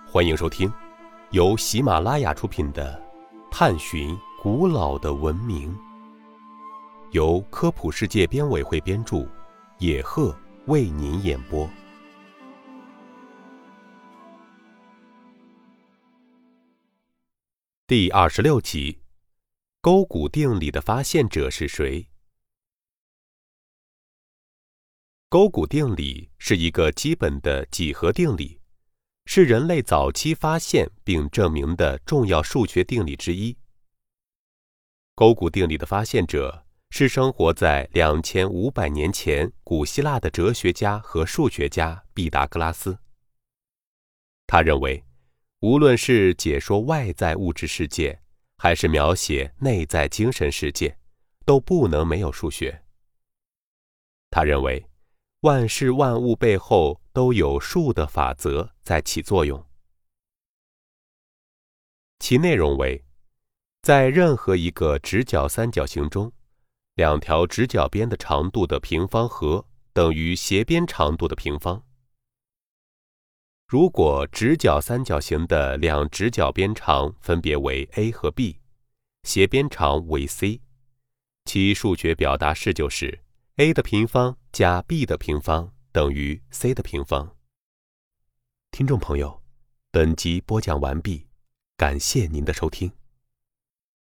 欢迎收听由喜马拉雅出品的《探寻古老的文明》，由科普世界编委会编著，野鹤为您演播。第26集，勾股定理的发现者是谁？勾股定理是一个基本的几何定理，是人类早期发现并证明的重要数学定理之一。勾股定理的发现者是生活在2500年前古希腊的哲学家和数学家毕达哥拉斯。他认为，无论是解说外在物质世界，还是描写内在精神世界，都不能没有数学。他认为，万事万物背后都有数的法则在起作用。其内容为，在任何一个直角三角形中，两条直角边的长度的平方和等于斜边长度的平方。如果直角三角形的两直角边长分别为 a 和 b， 斜边长为 c， 其数学表达式就是 a 的平方加 b 的平方等于 c 的平方。听众朋友，本集播讲完毕，感谢您的收听。